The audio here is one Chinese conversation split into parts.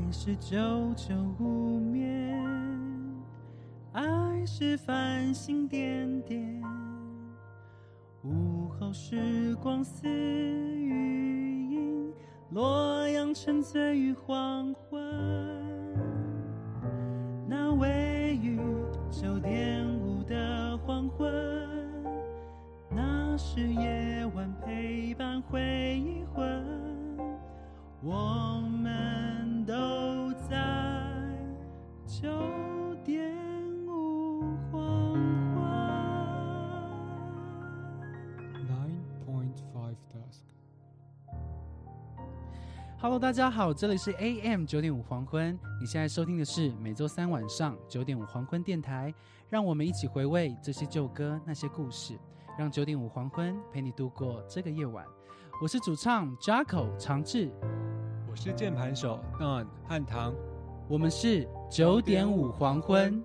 是久久无眠，爱是繁星点点，午后时光似雨音，洛阳沉醉于黄昏。那位于9.5的黄昏，那是夜晚陪伴回忆魂，我们都在9.5黄昏。 9.5 dusk。 Hello， 大家好，这里是 AM 9.5黄昏。你现在收听的是每周3晚上9.5黄昏电台，让我们一起回味这些旧歌那些故事，让9.5黄昏陪你度过这个夜晚。我是主唱 Jaco 长治， 我是键盘手 Don 汉唐， 我们是9.5黄昏。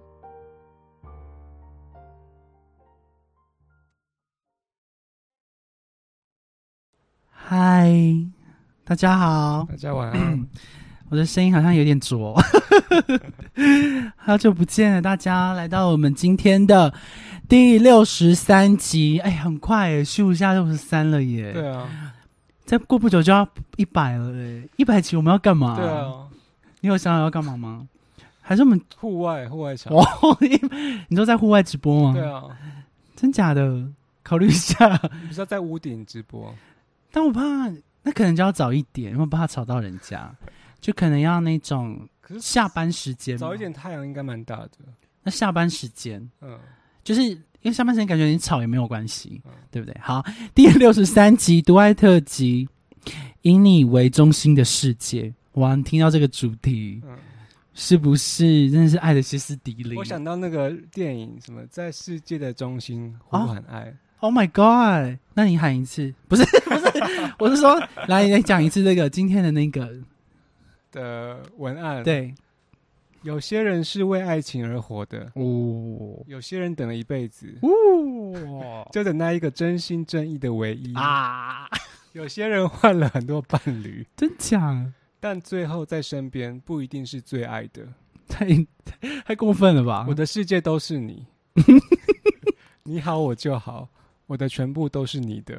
嗨，大家好， 大家晚安。 我的声音好像有点浊，好久不见了，大家来到我们今天的第63集，哎，很快耶，咻一下63了耶。 对啊， 再过不久就要100了耶，100集我们要干嘛？ 对啊， 你有想好要干嘛吗？还是我们户外场？ 哦，你说在户外直播吗？ 对啊， 真假的？考虑一下。 你不是要在屋顶直播？ 但我怕那可能就要早一点，因为我怕吵到人家，就可能要那种下班时间。 早一点太阳应该蛮大的。 那下班时间，就是因为下班时间感觉你吵也没有关系，对不对？好，第63集独爱特辑，以你为中心的世界。哇，你听到这个主题，是不是真的是爱的歇斯底里？ 我想到那个电影什么，在世界的中心呼喊爱。 Oh my god！ 那你喊一次，不是，我是说，来讲一次这个今天的那个的文案。 对， 有些人是为爱情而活的，有些人等了一辈子，就等那一个真心真意的唯一啊。有些人换了很多伴侣， 真假？ 但最后在身边不一定是最爱的， 太过分了吧？ 我的世界都是你，你好我就好。我的全部都是你的。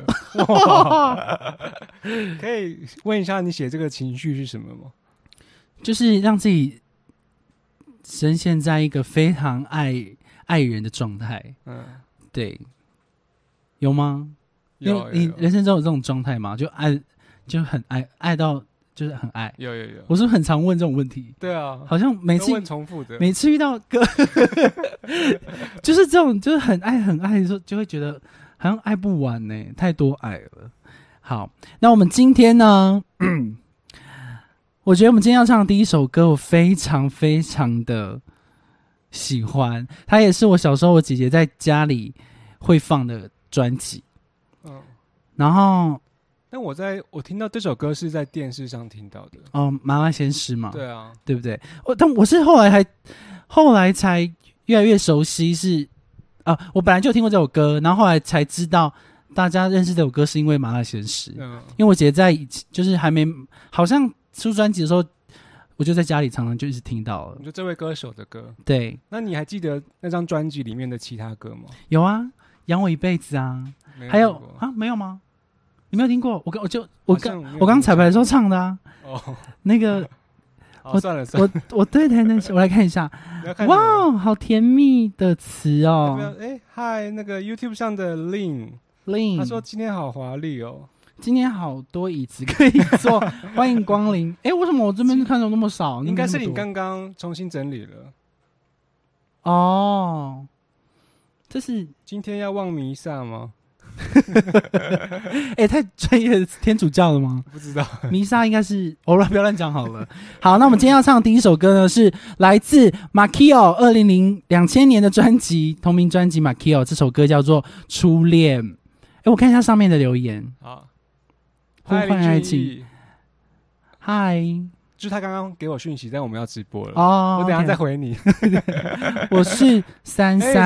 可以问一下你写这个情绪是什么吗？ 就是让自己深陷在一个非常爱人的状态。对，有吗？ 有。 你人生中有这种状态吗？就很爱到就是很爱。 有。 我是不是很常问这种问题？ 对啊， 好像每次问重复的， 每次遇到歌，就是这种就是很爱的时候，就会觉得好像爱不完呢，太多爱了。好，那我们今天呢？我觉得我们今天要唱的第一首歌，我非常非常的喜欢，它也是我小时候我姐姐在家里会放的专辑。然后， 但我听到这首歌是在电视上听到的。 麻辣鲜师嘛， 对啊， 对不对？但我是后来才越来越熟悉是。我本来就有听过这首歌，然后后来才知道大家认识这首歌是因为麻辣鲜师。因为我姐在就是还没好像出专辑的时候，我就在家里常常就一直听到了。 就这位歌手的歌。对，那你还记得那张专辑里面的其他歌吗？ 有啊，养我一辈子啊，还有没有吗？你没有听过？我刚彩排的时候唱的啊。那个。 算了， 我对台那些，我来看一下。哇，好甜蜜的词哦！ 嗨，那个 YouTube 上的 Lin， 他说今天好华丽哦， 今天好多椅子可以坐，欢迎光临。为什么我这边看到那么少？ 应该是你刚刚重新整理了。 这是今天要望弥撒吗？ 太专业的天主教了吗？ 不知道， 弥撒应该是不要乱讲好了。好，那我们今天要唱的第一首歌呢，是来自 Makio 2000年的专辑同名专辑 Makio， 这首歌叫做《初恋》。我看一下上面的留言。好，呼唤爱情。嗨， 就是他刚刚给我讯息，但我们要直播了。 我等一下再回你。 我是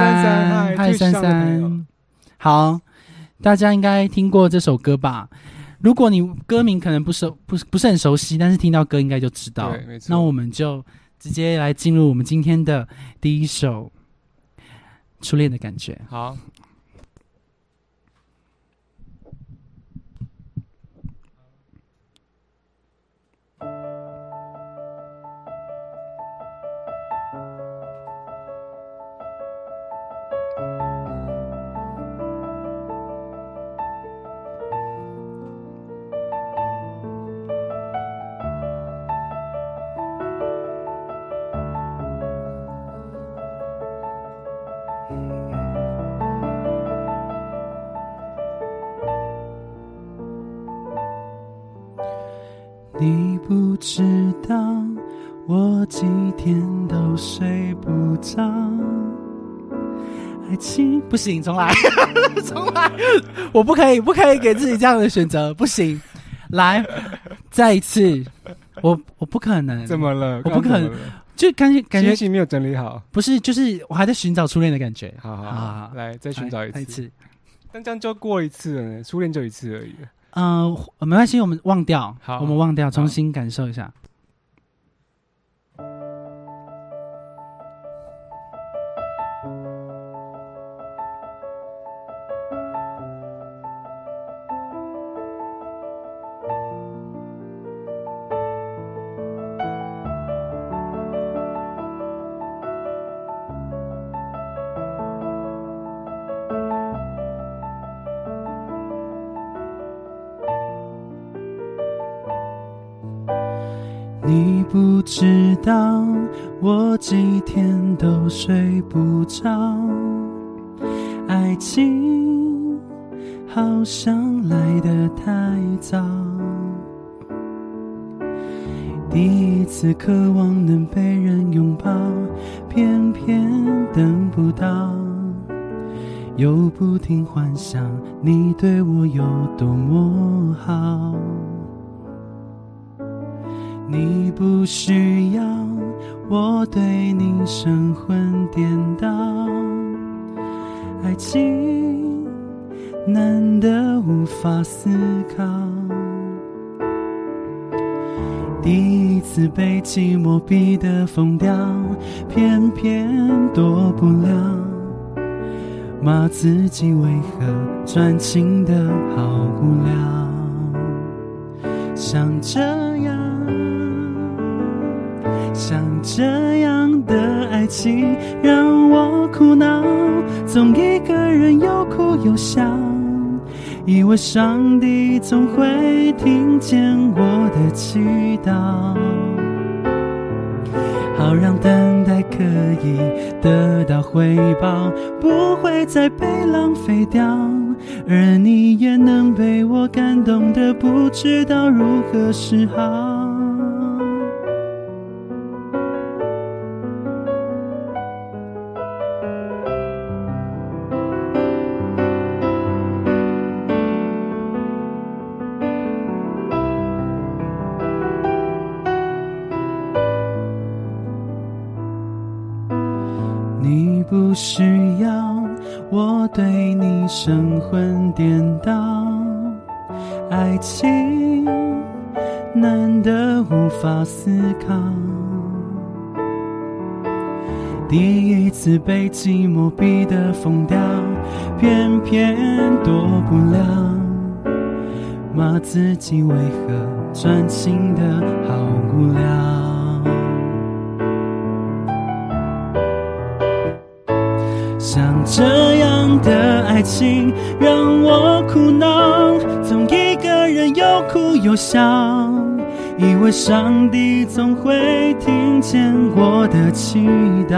33，嗨33。好。大家应该听过这首歌吧？ 如果你歌名可能不是很熟悉，但是听到歌应该就知道。 对，没错。 那我们就直接来进入我们今天的第一首《初恋的感觉》。 好。 你不知道我几天都睡不着，爱情不行，重来重来，我不可以给自己这样的选择，不行，来再一次，我不可能。 怎么了？ 我不可能，就感觉心情没有整理好。 不是，就是我还在寻找初恋的感觉。 好，来再寻找一次。但这样就过一次了呢，初恋就一次而已。 没关系，我们忘掉， 好， 我们忘掉，重新感受一下。你不知道我几天都睡不着，爱情好像来得太早，第一次渴望能被人拥抱，偏偏等不到，又不停幻想你对我有多么好。你不需要我对你神魂颠倒，爱情难得无法思考，第一次被寂寞逼得疯掉，偏偏躲不了，骂自己为何专情的好无聊，像这样的爱情让我苦恼，总一个人又哭又笑，以为上帝总会听见我的祈祷，好让等待可以得到回报，不会再被浪费掉，而你也能被我感动得不知道如何是好。你不需要我对你神魂颠倒，爱情难得无法思考，第一次被寂寞逼得疯掉，偏偏躲不了，骂自己为何专情的好无聊，像这样的爱情让我苦恼，总一个人又哭又笑，以为上帝总会听见我的祈祷，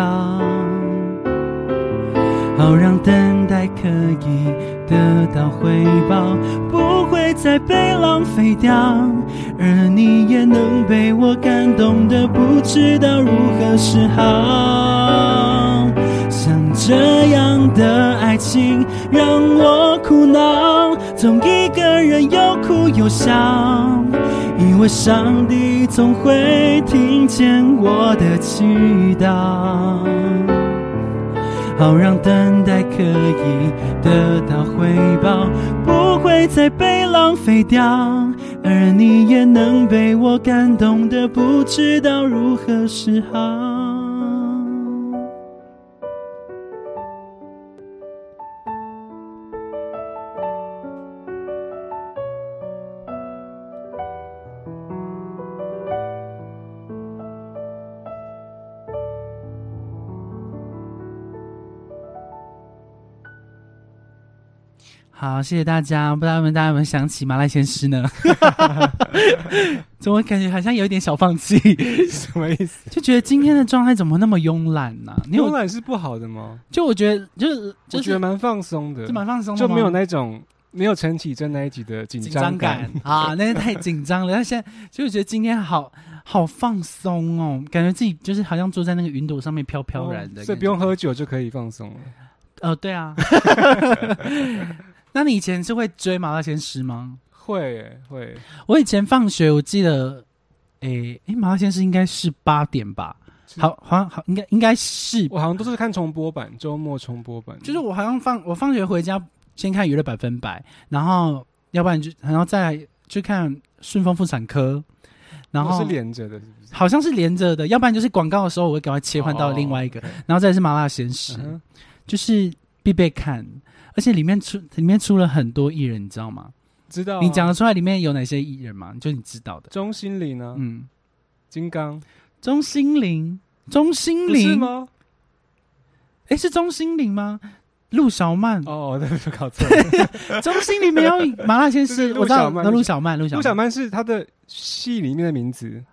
好让等待可以得到回报，不会再被浪费掉，而你也能被我感动得不知道如何是好，像这样的爱情让我苦恼，总一个人又哭又笑，以为上帝总会听见我的祈祷， 好让等待可以得到回报，不会再被浪费掉，而你也能被我感动得不知道如何是好。好，谢谢大家。不知道大家有没有想起麻辣鲜师呢？怎么感觉好像有一点小放弃？ 什么意思？ 就觉得今天的状态怎么那么慵懒呢？ 慵懒是不好的吗？ 就我觉得，我觉得蛮放松的， 就蛮放松的， 就没有那种没有陈绮贞那一集的紧张感啊，那太紧张了。但现在就觉得今天好放松哦，感觉自己就是好像坐在那个云朵上面飘飘然的， 所以不用喝酒就可以放松了。 对啊。那你以前是会追麻辣鲜师吗？ 会。 我以前放学，我记得，麻辣鲜师应该是8点吧？好，应该是。 我好像都是看重播版，周末重播版。 就是我好像我放学回家先看娱乐100%，然后要不然然后再来去看顺丰妇产科，然后是连着的，是不是？ 好像是连着的，要不然就是广告的时候我会赶快切换到另外一个，然后再来是麻辣鲜师，就是必备看。而且里面出了很多艺人，你知道吗？ 知道。 你讲得出来里面有哪些艺人吗？就你知道的。 钟欣凌呢？金刚。 钟欣凌不是吗？ 是钟欣凌吗？陆小曼。 对，搞错了。 钟欣凌没有麻辣鲜师，我知道。陆小曼是他的戏里面的名字。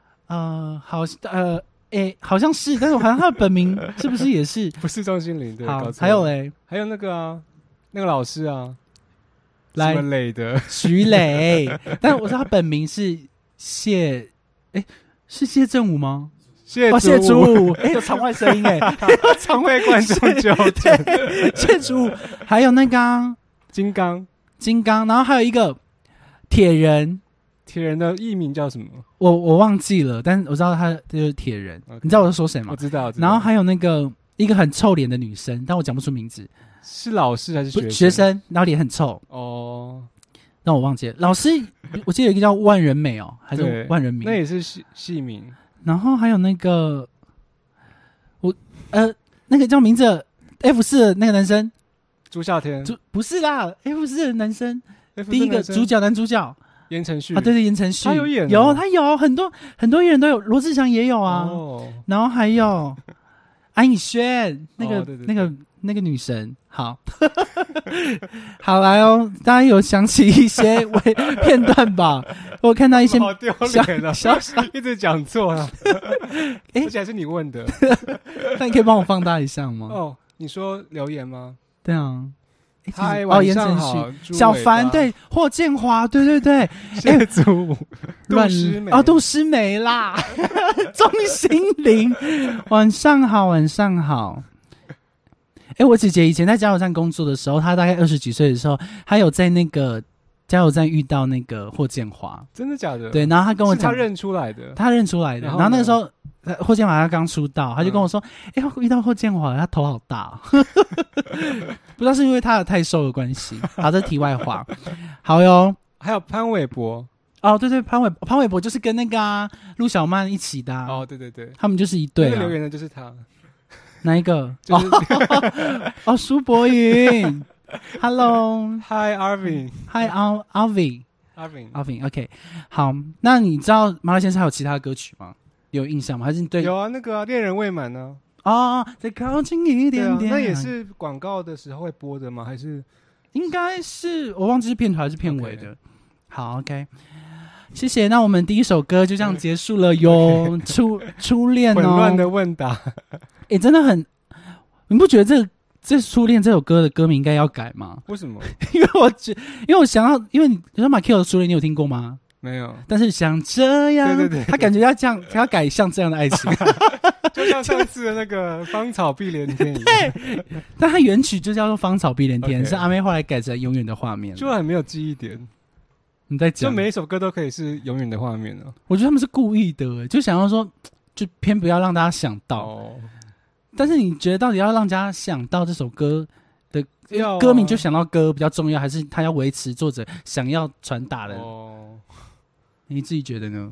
好像是，但是好像他的本名是不是也是？ 不是钟欣凌，对。 好，还有嘞， 还有那个老师啊， 来什么磊的徐磊，但我知道他本名是是谢振武吗？谢祖武，有场外声音常被观众纠正。 谢祖武，还有那个金刚， 然后还有一个铁人的艺名叫什么？ 我忘记了，但是我知道他就是铁人。你知道我在说谁吗？ 我知道。 然后还有那个一个很臭脸的女生，但我讲不出名字。 是老师还是学生？然后脸很臭但我忘记了。老师，我记得有一个叫万人美还是万人迷？ 那也是戏名。 然后还有那个那个叫名字 F4 的那个男生， 朱孝天。 不是啦 ，F4 的男生，第一个男主角言承旭对，言承旭他有演他有很多艺人都有，罗志祥也有啊。然后还有安以轩，那个女神。好，好来哦，大家有想起一些片段吧？我看到一些好丢脸啊， 小一直讲错了。而且还是你问的， 那你可以帮我放大一下吗？ 你说留言吗？ 对啊。 嗨，晚上好， 小凡，对，霍建华，对， 谢祖武， 杜诗梅啦，钟欣凌，晚上好。我姐姐以前在加油站工作的时候，她大概20几岁的时候，她有在那个加油站遇到那个霍建华。 真的假的？ 对，然后她跟我讲， 他认出来的。 然后那个时候霍建华他刚出道，他就跟我说：“遇到霍建华，他头好大。”不知道是因为他的太瘦的关系。好，这题外话。好哟， 还有潘玮柏。 对，潘玮柏就是跟那个陆小曼一起的。 对， 他们就是一对。 那个留言的就是他。 哪一个？苏柏云。 Hello，Hi Arvin，Hi Arvin。OK， 好，那你知道麻辣鲜师还有其他歌曲吗？有印象吗？还是对？ 有啊，那个恋人未满呢。 再靠近一点点。 那也是广告的时候会播的吗？还是？ 应该是我忘记是片头还是片尾的。好 ，OK。谢谢，那我们第一首歌就这样结束了哟。初恋混乱的问答。 真的很，你不觉得这初恋这首歌的歌名应该要改吗？ 为什么？ 因为我想到，因为你说马 Q 的初恋，你有听过吗？ 没有。 但是像这样， 对， 他感觉要这样，他要改像这样的爱情， 就像上次的那个芳草碧连天一样。 对，但他原曲就叫做芳草碧连天，是阿妹后来改成永远的画面， 就很没有记忆点。 你在讲， 就每一首歌都可以是永远的画面我觉得他们是故意的，就想要说，就偏不要让大家想到。 但是你觉得到底要让大家想到这首歌的歌名就想到歌比较重要，还是他要维持作者想要传达的？你自己觉得呢？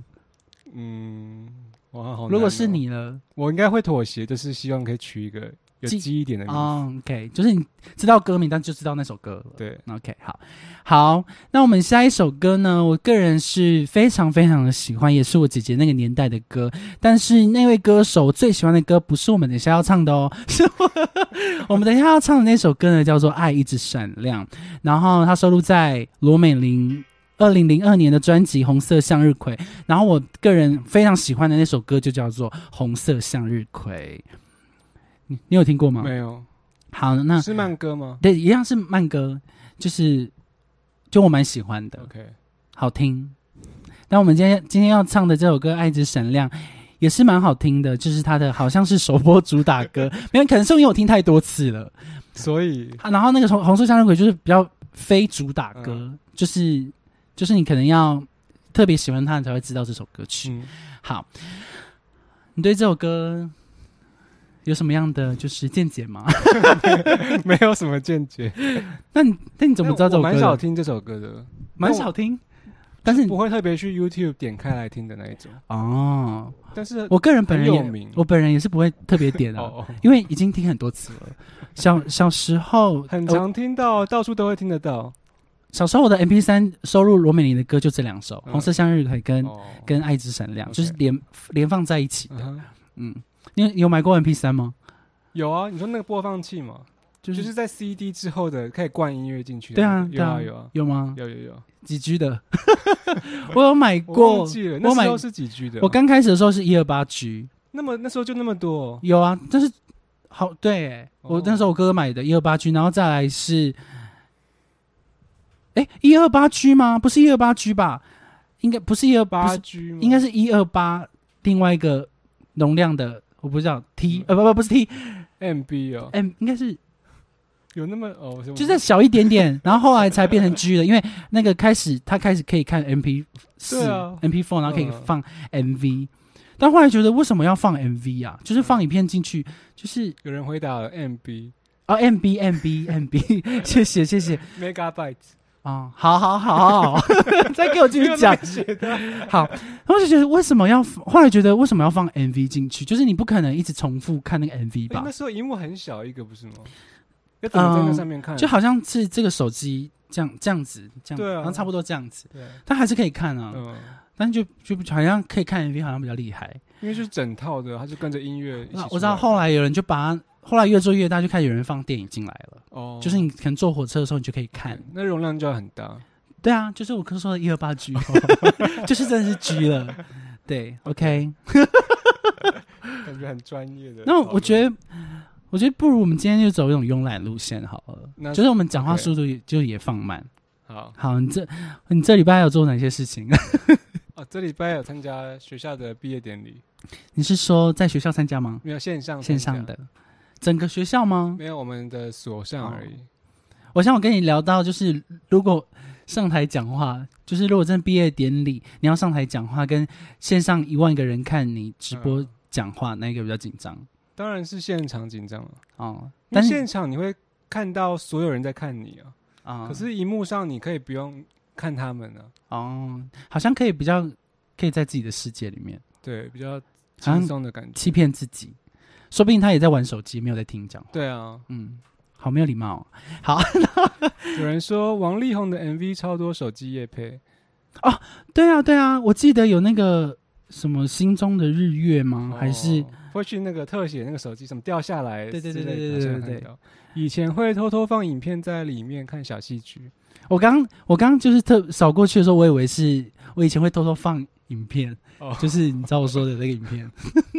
哇，好难。 如果是你呢？ 我应该会妥协，就是希望可以取一个有记忆点的名字。 OK， 就是你知道歌名，但就知道那首歌了。 对 ，OK， 好，那我们下一首歌呢？我个人是非常非常的喜欢，也是我姐姐那个年代的歌。但是那位歌手我最喜欢的歌不是我们等一下要唱的哦，是我们等一下要唱的那首歌呢，叫做《爱一直闪亮》，然后它收录在罗美玲2002年的专辑《红色向日葵》，然后我个人非常喜欢的那首歌就叫做《红色向日葵》。你有听过吗？ 没有。 好，那是慢歌吗？ 对，一样是慢歌，就我蛮喜欢的。 OK， 好听。那我们今天要唱的这首歌《爱之闪亮》也是蛮好听的，就是它的好像是首播主打歌，没有，可能是因为我听太多次了， 所以然后那个红色向日葵就是比较非主打歌，就是你可能要特别喜欢它，你才会知道这首歌曲。好，你对这首歌有什么样的就是见解吗？ 没有什么见解。 那你怎么知道这首歌？我蛮少听这首歌的， 蛮少听，但是不会特别去 YouTube 点开来听的那一种。 哦， 但是我个人本人也是不会特别点的，因为已经听很多次了。小时候很常听到，到处都会听得到。 小时候我的 MP3 收录罗美玲的歌就这两首，红色向日葵跟爱之闪亮，就是连放在一起的。你有买过 MP3 吗？ 有啊，你说那个播放器嘛，就是在 CD 之后的可以灌音乐进去的。 对啊， 有啊有啊， 有吗？ 有几 G 的？我有买过， 我忘记了，那时候是几 G 的？ 我刚开始的时候是128G。 那时候就那么多？ 有啊，但是好对，我那时候我哥哥买的128G，然后再来是128G 吗？不是128G 吧？应该不是128G， 应该是128另外一个容量的。我不知道 T， 不是 T，MB 哦应该是有那么就是小一点点，然后后来才变成 G 的，因为那个他开始可以看 MP4、MP4， 然后可以放 MV，但后来觉得为什么要放 MV 啊？就是放影片进去，就是有人回答了 MB MB， 谢谢 Megabytes。 好，再给我继续讲。好，然后就觉得后来觉得为什么要放 MV 进去？就是你不可能一直重复看那个 MV 吧？ 那时候萤幕很小一个，不是吗？要怎么在那上面看？ 就好像是这个手机这样子， 对啊， 然后差不多这样子，它还是可以看啊。但就好像可以看 MV，好像比较厉害， 因为就是整套的，它就跟着音乐一起。 我知道后来有人就后来越做越大，就开始有人放电影进来了。就是你可能坐火车的时候，你就可i看， 那容量就要很大。 对啊，就是我刚说的128G，就是真的是 G 了。对 ，OK， 感觉很专业的。 那我觉得不如我们今天就走一种慵懒路线好了，就是我们讲话速度也放慢。好，你这礼拜有做哪些事情？ 这礼拜有参加学校的毕业典礼。 你是说在学校参加吗？ 没有，线上的。整个学校吗？ 没有，我们的所上而已。 我想我跟你聊到，就是如果上台讲话，就是如果真的毕业典礼，你要上台讲话，跟线上1万个人看你直播讲话，哪一个比较紧张？ 当然是现场紧张了。 但是现场你会看到所有人在看你可是荧幕上你可以不用看他们好像可以在自己的世界里面， 对，比较轻松的感觉， 欺骗自己。说不定他也在玩手机，没有在听讲话。 对啊， 好没有礼貌。好， 有人说王力宏的 MV 超多手机业配。 对啊，我记得有那个什么心中的日月吗？还是会去那个特写那个手机什么掉下来？ 对。 以前会偷偷放影片在里面看小戏剧。 我刚就是扫过去的时候，我以为是我以前会偷偷放影片，就是你知道我说的那个影片。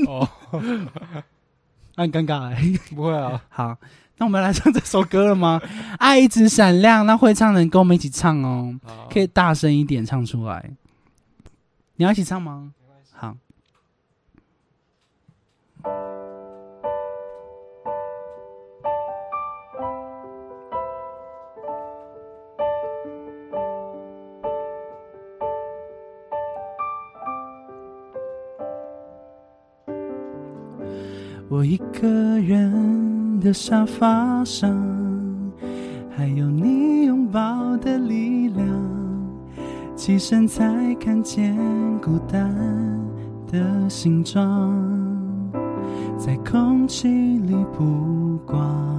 很尴尬不会啊。 好，那我们来唱这首歌了吗？爱一直闪亮，那会唱的人跟我们一起唱哦，可以大声一点唱出来。你要一起唱吗？好。 我一个人的沙发上，还有你拥抱的力量，起身才看见孤单的形状，在空气里曝光。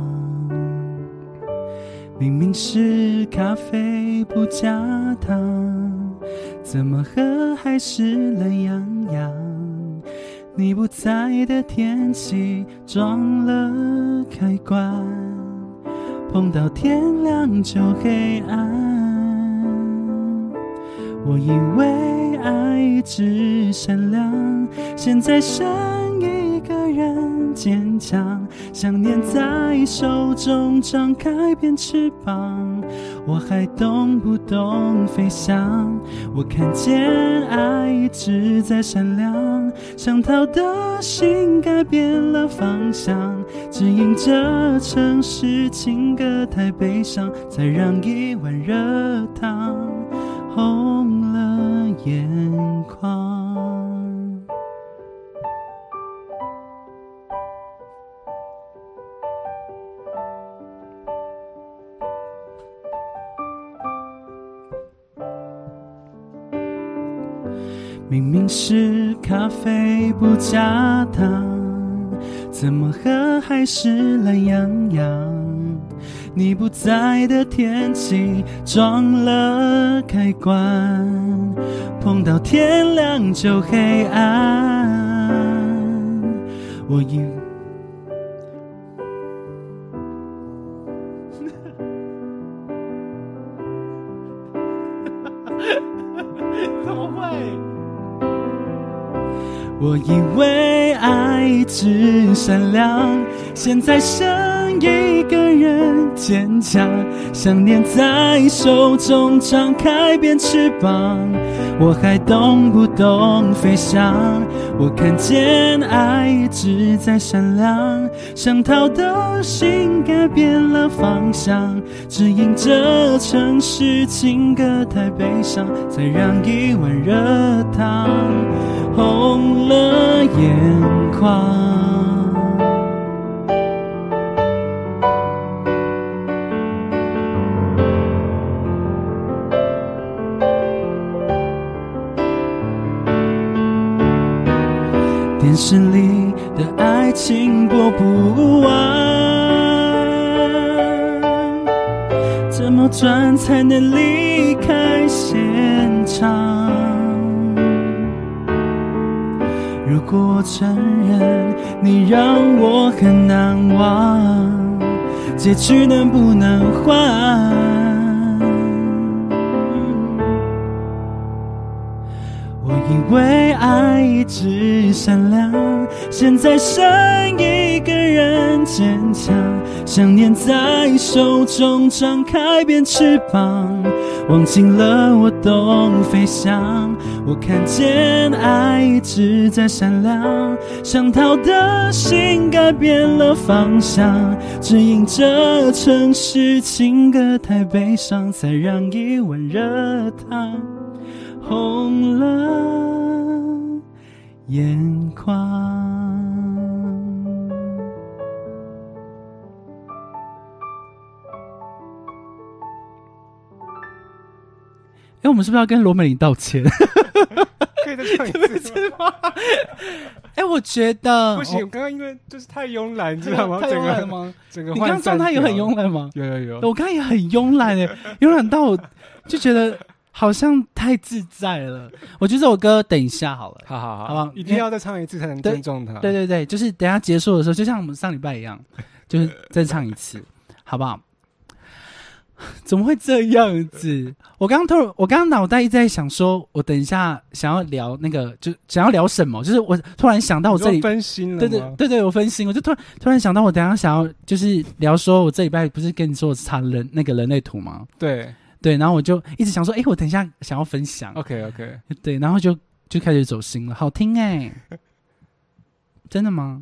明明是咖啡不加糖，怎么喝还是懒洋洋。你不在的天气装了开关，碰到天亮就黑暗。我以为爱一直闪亮，现在剩一个人坚强，想念在手中张开变翅膀，我还懂不懂飞翔？我看见爱一直在闪亮，想逃的心改变了方向，只因这城市情歌太悲伤，才让一碗热汤红了眼眶。明明是咖啡不加糖，怎么喝还是懒洋洋。你不在的天气装了开关，碰到天亮就黑暗。我以怎么会？我以为爱一直闪亮，现在剩一个人坚强，想念在手中张开变翅膀，我还懂不懂飞翔？我看见爱一直在闪亮，想逃的心改变了方向，只因这城市情歌太悲伤，才让一碗热汤红了眼眶。电视里的爱情播不完，怎么转才能离开现场？如果我承认你让我很难忘，结局能不能换？我以为爱一直闪亮，现在剩一个人坚强，想念在手中张开变翅膀，忘记了我懂飞翔。我看见爱一直在闪亮，想逃的心改变了方向，只因这城市情歌太悲伤，才让一碗热汤红了眼眶。我们是不是要跟罗美玲道歉？ 可以再唱一次吗？ 我觉得不行，我刚刚因为就是太慵懒，你知道吗？ 太慵懒了吗？ 整个你刚刚状态有很慵懒吗？ 有， 我刚刚也很慵懒耶，慵懒到我就觉得好像太自在了。我觉得这首歌等一下好了， 好不好？ 一定要再唱一次才能尊重他。 对，就是等一下结束的时候，就像我们上礼拜一样，就是再唱一次，好不好？怎么会这样子？我刚刚脑袋一直在想说，我等一下想要聊那个，就想要聊什么？就是我突然想到我这里分心了吗？ 对，我分心，我就突然想到，我等一下想要就是聊说，我这礼拜不是跟你说我查那个人类图吗？ 对， 然后我就一直想说，我等一下想要分享。 OK， 对，然后就开始走心了，好听真的吗？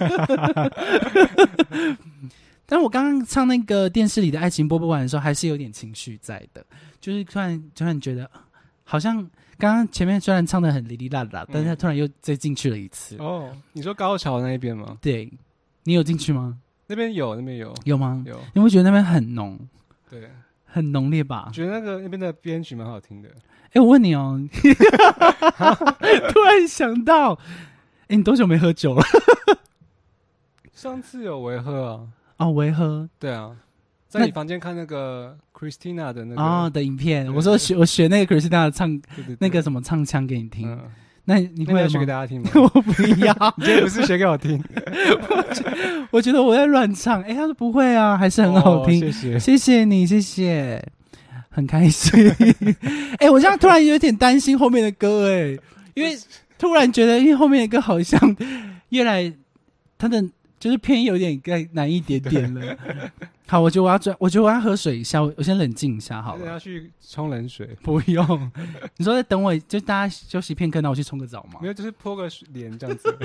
但我刚刚唱那个电视里的爱情播不完的时候，还是有点情绪在的，就是突然觉得好像刚刚前面虽然唱的很哩哩啦啦，但是他突然又再进去了一次。 哦，你说高潮那一边吗？ 对，你有进去吗？ 那边有，那边有。 有吗？ 有。 你会觉得那边很浓？ 对， 很浓烈吧？ 觉得那边的编曲蛮好听的。 我问你哦，突然想到，你多久没喝酒了？ 上次有维喝啊。 哦，维喝。 对啊，在你房间看那个 Christina 的那个的影片，我说我学那个 Christina 唱那个什么唱腔给你听。那你会学给大家听吗？ 我不要， 你今天不是学给我听。 我觉得我在乱唱。他说不会啊，还是很好听。谢谢你，谢谢，很开心。我这样突然有点担心后面的歌因为突然觉得，因为后面的歌好像越来他的就是偏有点更难一点点了。好，我觉得我要喝水一下，我先冷静一下好了。 要去冲冷水？ 不用。你说在等我，就大家休息片刻，那我去冲个澡吗？ 没有，就是泼个脸这样子。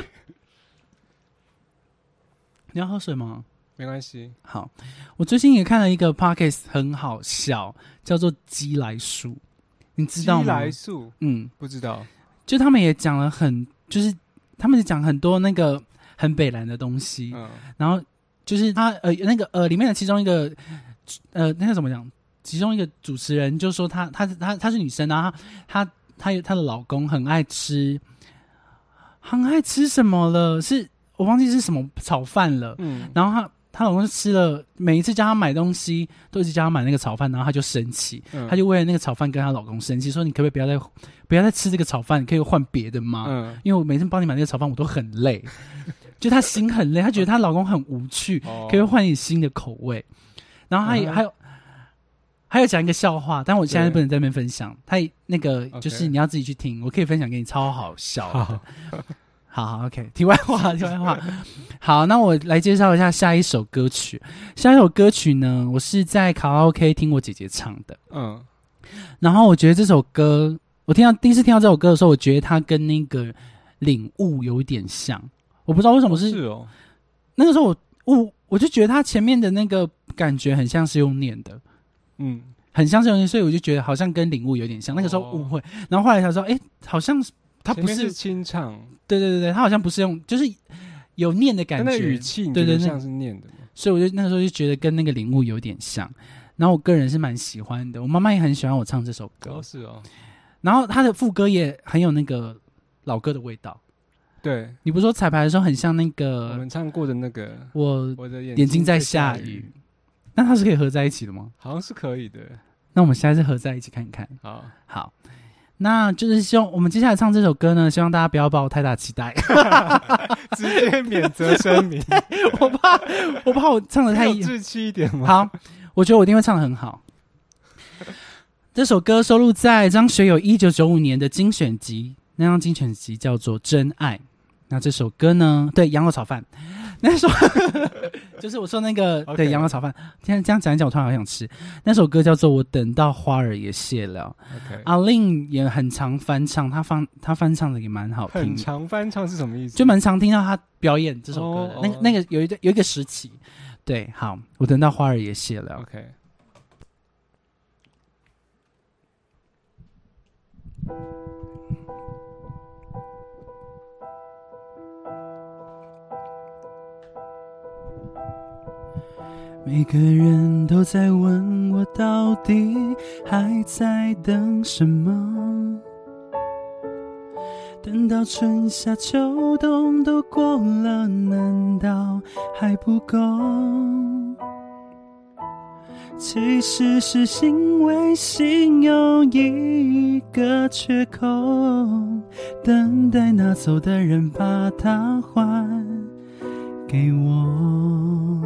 你要喝水吗？ 没关系。 好，我最近也看了一个 podcast， 很好笑，叫做鸡来素，你知道吗？ 鸡来素？不知道。 就他们也讲了就是他们讲很多那个很北蓝的东西，然后就是他那个里面的其中一个那个怎么讲？其中一个主持人就说她是女生，然后她的老公很爱吃什么了？是我忘记是什么炒饭了。然后她老公就吃了，每一次叫她买东西都一直叫她买那个炒饭，然后她就生气，她就为了那个炒饭跟她老公生气，说你可不可以不要再吃这个炒饭，你可以换别的吗？因为我每次帮你买那个炒饭我都很累。就她心很累，她觉得她老公很无趣，可以换点新的口味。然后还有讲一个笑话，但我现在不能在那边分享。他那个就是你要自己去听，我可以分享给你，超好笑的。好 ，OK。题外话。好，那我来介绍一下下一首歌曲。下一首歌曲呢，我是在卡拉 OK 听我姐姐唱的。然后我觉得这首歌，我第一次听到这首歌的时候，我觉得它跟那个领悟有一点像。我不知道为什么是那个时候我就觉得他前面的那个感觉很像是用念的，很像是用念，所以我就觉得好像跟领悟有点像。那个时候误会，然后后来才说，好像他不是清唱， 对，他好像不是用，就是有念的感觉， 那语气对像是念的， 所以我就那个时候就觉得跟那个领悟有点像。然后我个人是蛮喜欢的，我妈妈也很喜欢我唱这首歌。 是哦。 然后他的副歌也很有那个老歌的味道。 对， 你不是说彩排的时候很像那个我们唱过的那个我的眼睛在下雨，那它是可以合在一起的吗？ 好像是可以的。 那我们下次合在一起看看。好，那就是希望我们接下来唱这首歌呢，希望大家不要抱太大期待， 直接免责声明。 我怕我唱的太有志气一点吗？ 好，我觉得我一定会唱得很好。这首歌收录在张学友1995年的精选集。那张精选集叫做《真爱》，那这首歌呢？对，羊肉炒饭，那首就是我说那个对羊肉炒饭。现在这样讲一讲，我突然好想吃。那首歌叫做《我等到花儿也谢了》。阿令也很常翻唱，他翻唱的也蛮好听。 很常翻唱是什么意思？ 就蛮常听到他表演这首歌的。那个有一个时期，对，好，我等到花儿也谢了。 OK。 每个人都在问我到底还在等什么，等到春夏秋冬都过了，难道还不够？其实是因为心有一个缺口，等待拿走的人把它还给我。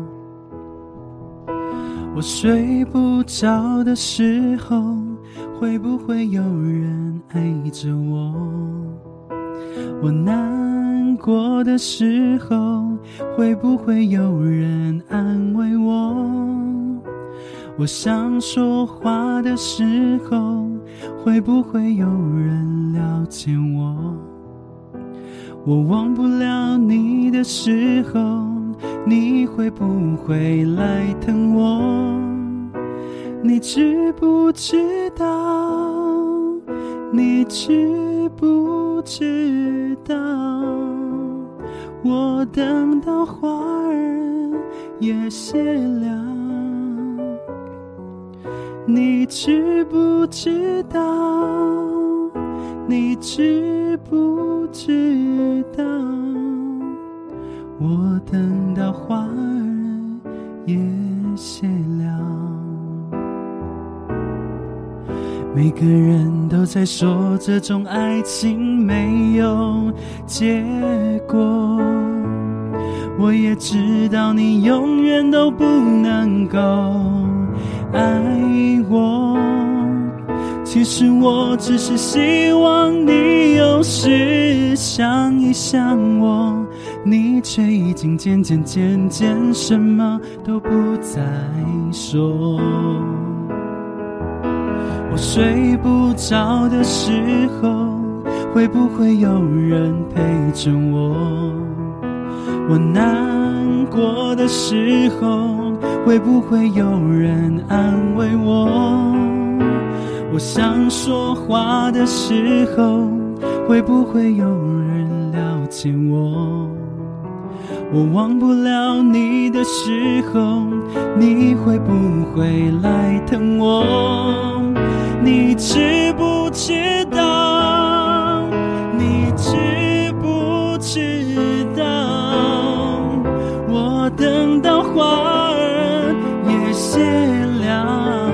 我睡不着的时候，会不会有人爱着我？我难过的时候，会不会有人安慰我？我想说话的时候，会不会有人了解我？我忘不了你的时候，你会不会来疼我？你知不知道， 你知不知道，我等到花儿也谢了。你知不知道，你知不知道，我等到花儿也谢了。每个人都在说这种爱情没有结果，我也知道你永远都不能够爱我，其实我只是希望你有时想一想我，你却已经渐渐什么都不再说。我睡不着的时候，会不会有人陪着我？我难过的时候，会不会有人安慰我？我想说话的时候，会不会有人了解我？我忘不了你的时候，你会不会来疼我？你知不知道，你知不知道，我等到花儿也谢了。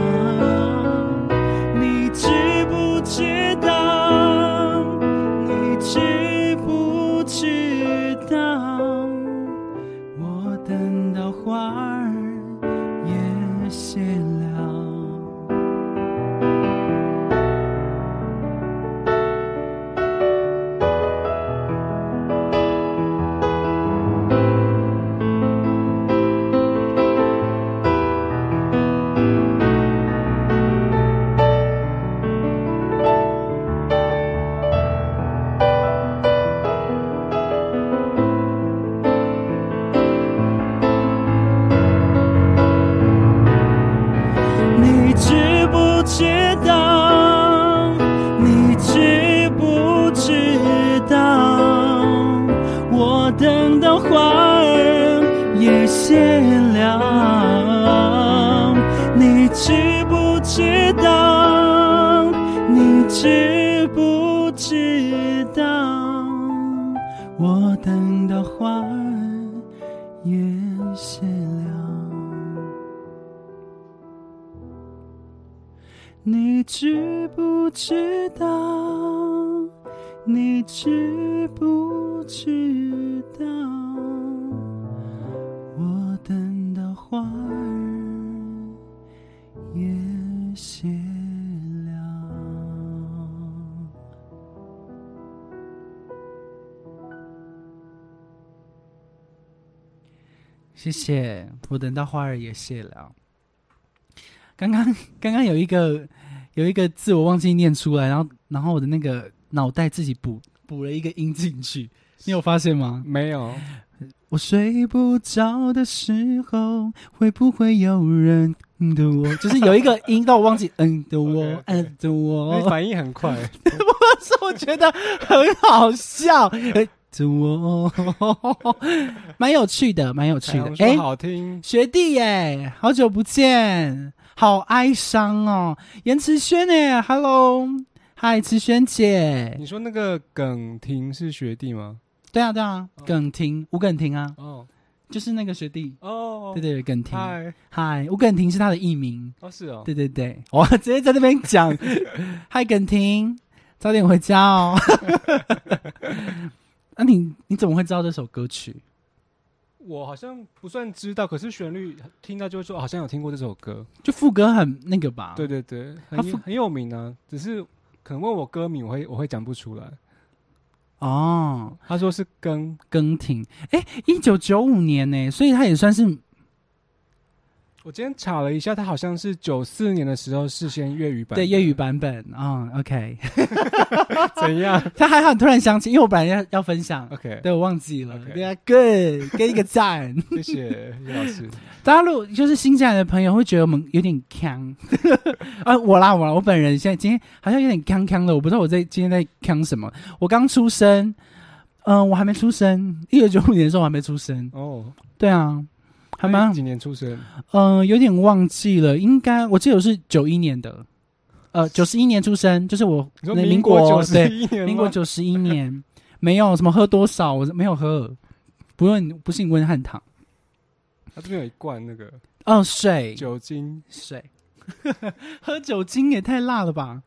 你知不知道，你知不知道，我等到花儿也谢了。你知不知道，你知不知道，我等到花儿也谢了。你知不知道，你知不知道，我等到花儿也谢了。你知不知道，你知不知道，我等到花儿也谢了。谢谢，我等到花儿也谢了。刚刚有一个字我忘记念出来，然后我的那个脑袋自己补了一个音进去，你有发现吗？ 没有。 我睡不着的时候，会不会有人的我？就是有一个音到我忘记的我的我， 你反应很快。 不是，我觉得很好笑。的我，蛮有趣的，蛮有趣的。 哎，好听， 学弟耶，好久不见。好哀伤哦，严慈萱耶 ，Hello， 嗨，慈萱姐。 你说那个耿婷是学弟吗？ 对啊，对啊，耿婷，吴耿婷啊，就是那个学弟对对，耿婷，嗨，吴耿婷是他的艺名是哦， 对对对，我直接在那边讲，嗨，耿婷，早点回家哦。那你怎么会知道这首歌曲？ 我好像不算知道，可是旋律听到就会说好像有听过这首歌， 就副歌很那个吧？ 对对对，很有名啊，只是可能问我歌名，我会讲不出来。哦，他说是耿婷，1995年呢，所以他也算是， 我今天查了一下，它好像是94年的时候是先粤语版， 对，粤语版本OK 怎样？ 他还好突然想起，因为我本来要分享 OK， 对，我忘记了 OK 对啊 good 给一个赞谢谢叶老师。 大家如果就是新进来的朋友会觉得我们有点呛我本人现在今天好像有点呛的，我不知道我今天在呛什么。我刚出生，我还没出生，1995年的时候我还没出生哦。 对啊，还蛮几年出生？ 有点忘记了，应该我记得我是91年的，91年出生，就是我民国91年， 对，民国91年，没有什么喝多少，我没有喝，不信温汉堂。 他这边有一罐那个水酒精水，喝酒精也太辣了吧！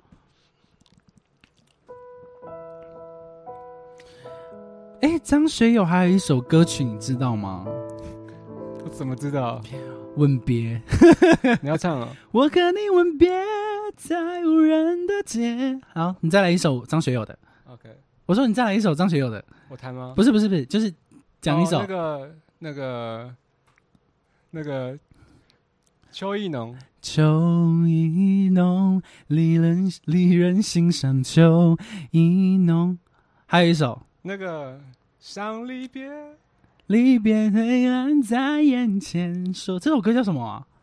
张学友还有一首歌曲，你知道吗？ 我怎么知道？ 吻别， 你要唱啊！ 我和你吻别在无人的街。好，你再来一首张学友的。 OK， 我说你再来一首张学友的。 我弹吗？ 不是，就是讲一首。 那个秋意浓， 秋意浓，离人心上秋意浓。还有一首那个伤离别， 离别黑暗在眼前。说这首歌叫什么啊？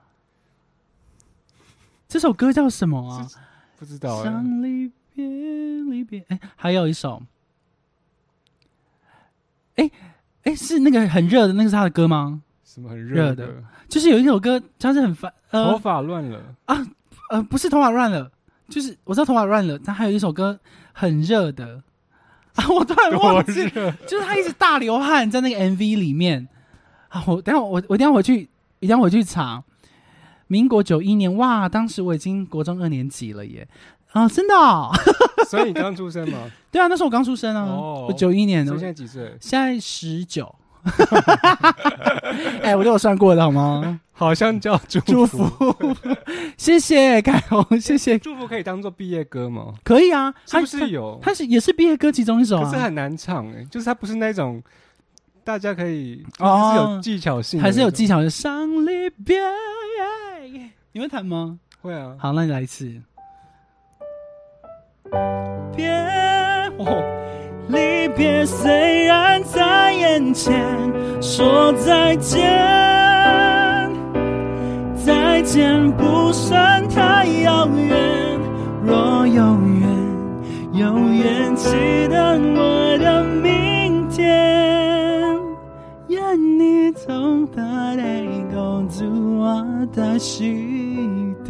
这首歌叫什么啊？ 不知道伤离别，还有一首，是那个很热的，那个是他的歌吗？ 什么很热的？ 就是有一首歌，它是很烦， 头发乱了啊，不是头发乱了，就是我知道头发乱了，但还有一首歌很热的啊，我突然忘记，就是他一直大流汗在那个 MV 里面啊，我等一下回去查，民国91年，哇，当时我已经国中2年级了耶，啊，真的哦， 所以你刚出生吗？ 对啊，那时候我刚出生啊，我91年的， 所以现在几岁？ 现在19。我都有算过的好吗？ 好像叫祝福谢谢凯宏，谢谢。 祝福可以当做毕业歌吗？ 可以啊， 是不是有？ 它也是毕业歌其中一首啊， 可是很难唱就是它不是那种大家可以是有技巧性的， 还是有技巧的。伤离别，你会弹吗？ 会啊。 好，那你来一次。别离别虽然在眼前，说再见，再见不算太遥远。若有缘记得我的明天，願你懂得你勾住我的心底。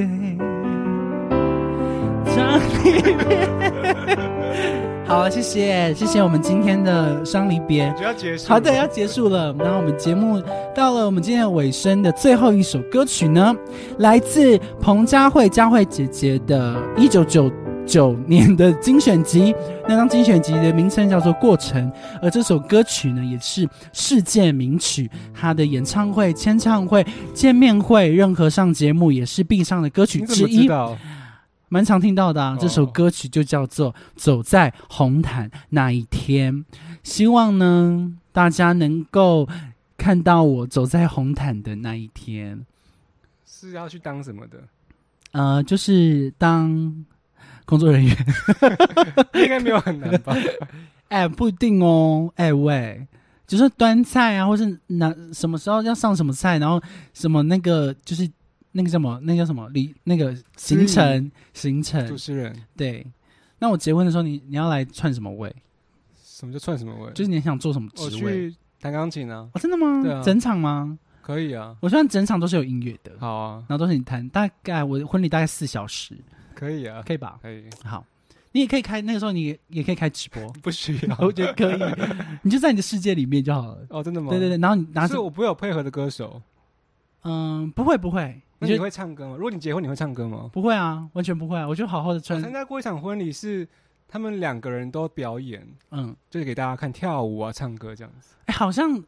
傷離別。好，謝謝我們今天的傷離別， 要結束， 好的，要結束了。然後我們節目到了我們今天的尾聲的最後一首歌曲呢，來自彭佳慧姐姐的1999年的精選集，那張精選集的名稱叫做《過程》，而這首歌曲呢也是世界名曲，它的演唱會、簽唱會、見面會，任何上節目也是必上的歌曲之一。蠻常聽到的啊，這首歌曲就叫做《走在紅毯那一天》，希望呢大家能夠看到我走在紅毯的那一天。 是要去當什麼的？ 就是當工作人員。 應該沒有很難吧？ 不一定哦。喂，就是端菜啊，或是什麼時候要上什麼菜，然後什麼那個就是那個叫什麼那個行程主持人。對，那我結婚的時候你要來串什麼位？ 什麼叫串什麼位？就是你想做什麼職位？ 我去彈鋼琴啊。 真的嗎？對啊。整場嗎？可以啊。我希望整場都是有音樂的。好啊。然後都是你彈，大概我婚禮大概4小時。可以啊。可以吧？可以。好，你也可以開，那個時候你也可以開直播。不需要。我覺得可以。你就在你的世界裡面就好了。哦，真的嗎？對對對。然後你拿着。是我不會有配合的歌手。不會。那你會唱歌嗎？如果你結婚，你會唱歌嗎？不會啊，完全不會啊。我就好好的穿。我參加過一場婚禮，是他們2個人都表演，就是給大家看跳舞啊、唱歌這樣子。好像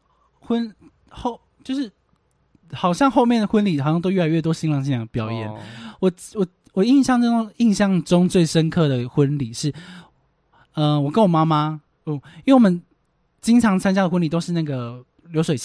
好像後面的婚禮好像都越來越多新郎新娘表演。我印象中最深刻的婚禮是，我跟我媽媽，因為我們經常參加的婚禮都是那個流水席。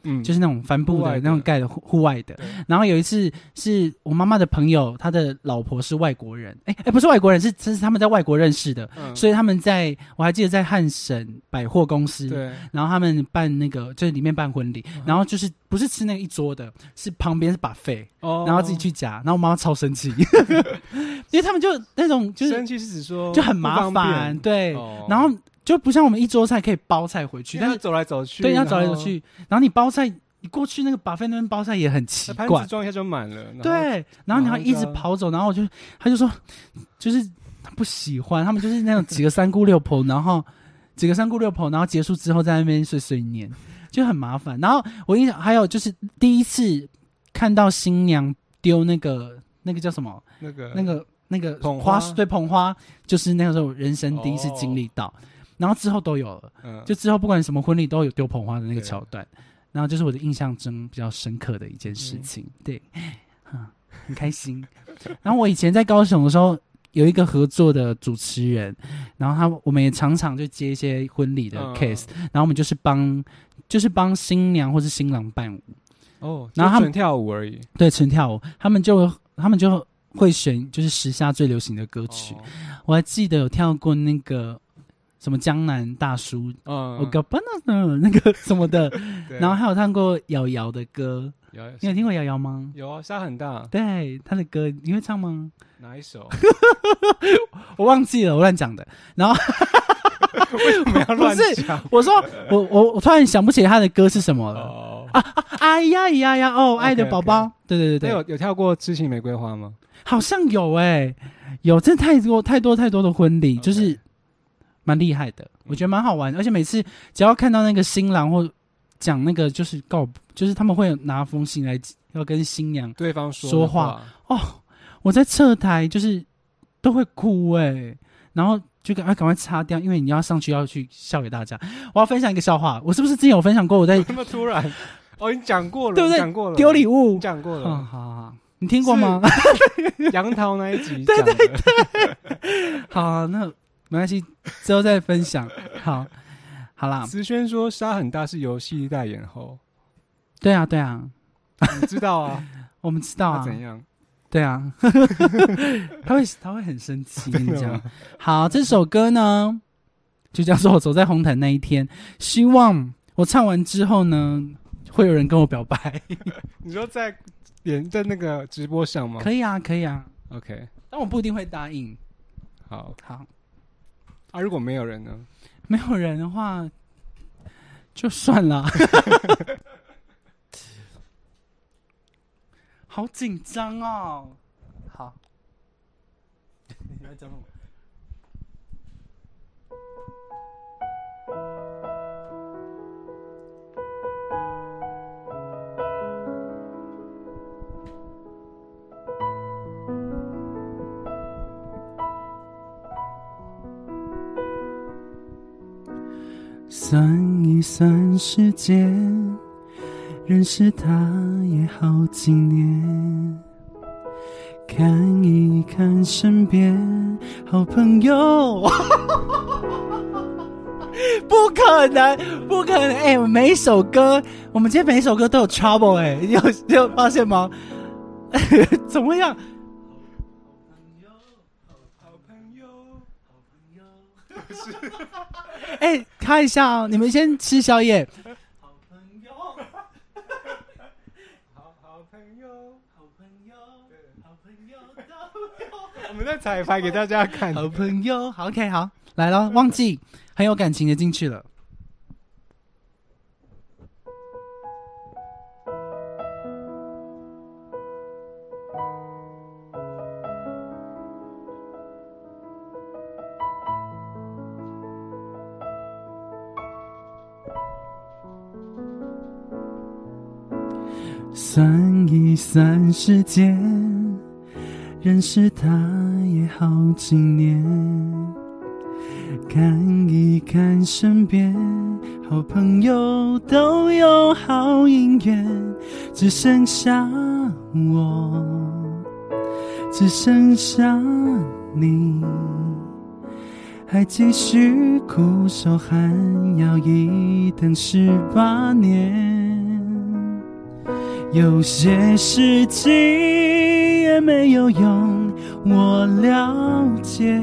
就是那种帆布的那种盖的户外的。然后有一次是我妈妈的朋友，他的老婆是外国人，不是外国人，是他们在外国认识的，所以他们我还记得在汉神百货公司，对，然后他们办那个就是里面办婚礼，然后就是不是吃那个一桌的，是旁边是 buffet，然后自己去夹，然后我妈妈超生气，因为他们就那种就是生气是指说就很麻烦，对，然后就不像我们一桌菜可以包菜回去， 但是走来走去， 对，要走来走去，然后你包菜。你过去那个buffet那边包菜也很奇怪， 盘子装一下就满了。 对，然后你要一直跑走，然后他就说，就是他不喜欢，他们就是那种几个三姑六婆，然后结束之后在那边碎碎念，就很麻烦。然后我印象还有就是第一次看到新娘丢那个叫什么？那个捧花， 对，捧花，就是那个时候人生第一次经历到，然后之后都有了，就之后不管什么婚礼都有丢捧花的那个桥段。然后就是我的印象中比较深刻的一件事情，对，很开心。然后我以前在高雄的时候，有一个合作的主持人，然后我们也常常就接一些婚礼的 case，然后我们就是帮新娘或是新郎伴舞， 然后他们纯跳舞而已， 对，纯跳舞，他们就会选就是时下最流行的歌曲，我还记得有跳过那个。什么江南大叔，我搞不懂那个什么的，然后还有唱过瑶瑶的歌，你有听过瑶瑶吗？ 有啊，沙很大。 对，他的歌你会唱吗？ 哪一首？ 我忘记了，我乱讲的。然后为什么要乱讲？ 我说我突然想不起他的歌是什么了。哎呀呀呀哦，爱的宝宝，对。 有跳过《痴情玫瑰花》吗？ 好像有有，这太多的婚礼，就是蛮厉害的，我觉得蛮好玩的。而且每次只要看到那个新郎或讲那个就是他们会拿封信来要跟新娘对方说话我在侧台就是都会哭然后就赶快擦掉，因为你要上去要去笑给大家。我要分享一个笑话，我是不是之前有分享过？我在那么突然你讲过了， 对不对？ 讲过了， 丢礼物， 你讲过了， 好，你听过吗？ 杨桃那一集讲的， 对，好，那没关系，之后再分享。好啦。 慈萱说沙很大是游戏代言后， 对啊， 你知道啊？ 我们知道啊。 怎样？ 对啊，他会很生气，跟你讲。好，这首歌呢，就叫做《走在红毯那一天》，希望我唱完之后呢，会有人跟我表白。 你说在那个直播上吗？ 可以啊。 OK， 但我不一定会答应。 好如果没有人呢？ 没有人的话，就算了。好紧张哦。好，你来讲什么？算一算时间，认识他也好几年，看一看身边好朋友。不可能！我每一首歌，我们今天每一首歌都有 trouble 你有发现吗？怎么样？好朋友，看一下你们先吃宵夜。好朋友， 我们在彩排给大家看。 好朋友，好 ，OK， 好，来了，忘记很有感情的进去了。算一算时间，认识他也好几年，看一看身边好朋友都有好姻缘，只剩下我，只剩下你，还继续苦守，还要一等18年。 有些事情也没有用，我了解。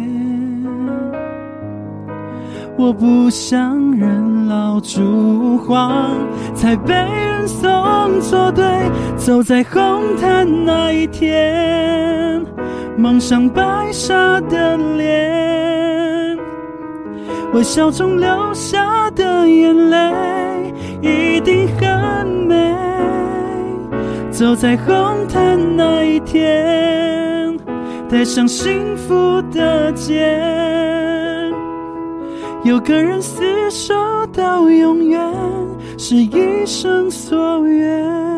我不想人老珠黄，才被人送作对。走在红毯那一天，蒙上白纱的脸，微笑中流下的眼泪一定很美。走在红毯那一天，戴上幸福的戒，有个人厮守到永远，是一生所愿。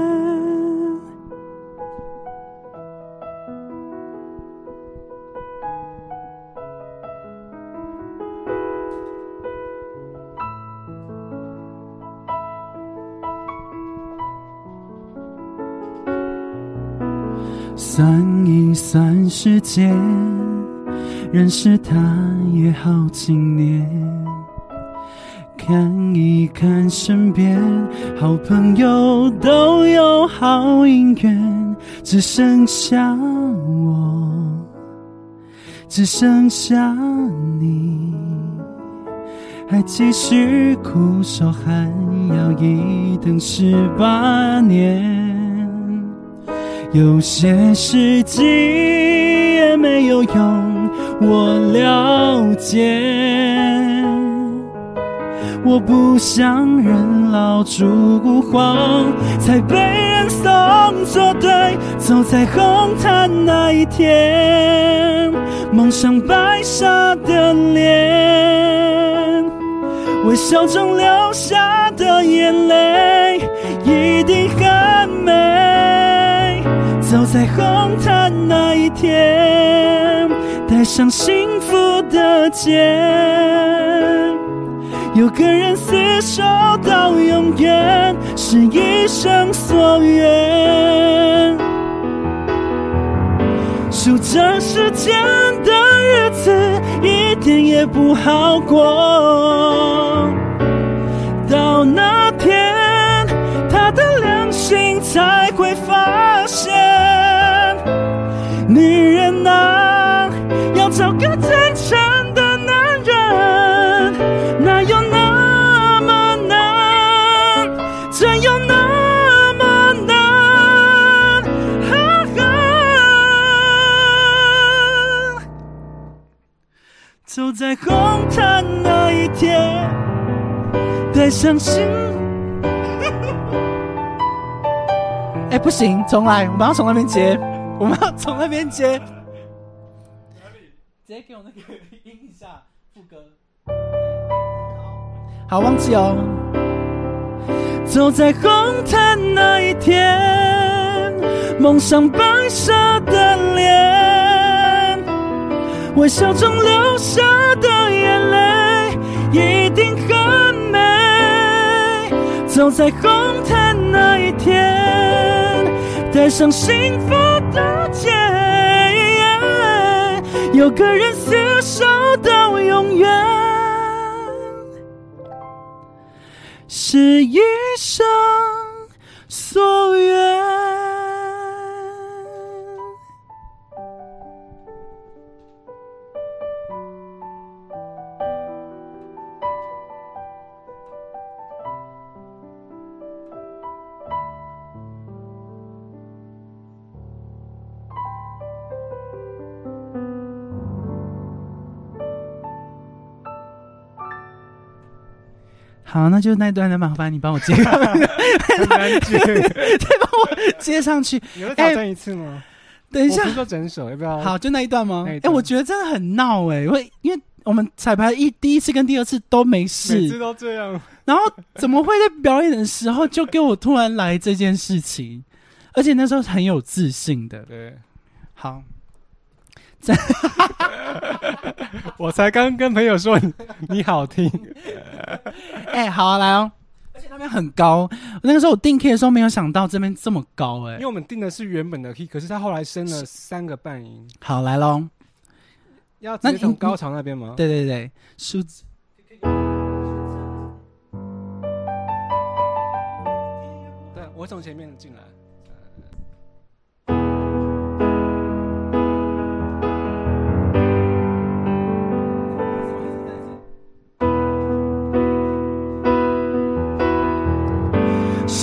算一算时间，认识他也好几年，看一看身边好朋友都有好姻缘，只剩下我，只剩下你，还继续苦守，还要一等18年。有些事情也没有用，我了解。我不想人老珠黄，才被人送作对。走在红毯那一天，蒙上白纱的脸，微笑中流下的眼泪一定很美。走在红毯那一天，戴上幸福的戒，有个人厮守到永远，是一生所愿。数着时间的日子，一点也不好过。到那天，他的良心才会发现，女人啊，要找个真诚的男人，哪有那么难？真有那么难？走在红毯那一天，戴上心。不行，重来，我们要从那边接，我们要从那边接。直接给我那个音一下，副歌。好，忘记哦。走在红毯那一天，蒙上白纱的脸，微笑中流下的眼泪一定很美。走在红毯那一天，戴上幸福的戒，有个人厮守到永远，是一生所愿。好，那就那段的麻烦你帮我接上去， 很难接， 再帮我接上去。 你要挑战一次吗？ 等一下， 我不是说整首，要不要？ 好，就那一段吗？我觉得真的很闹因为我们彩排第一次跟第二次都没事， 每次都这样， 然后怎么会在表演的时候就给我突然来这件事情？而且那时候很有自信的。 对， 好。 我才刚跟朋友说你好听。 好啊，来哦。而且那边很高，那个时候我定 key 的时候没有想到这边这么高因为我们定的是原本的 key， 可是他后来升了3个半音。 好，来咯。 要直接从高潮那边吗？ 对对对，数字。 对，我从前面进来。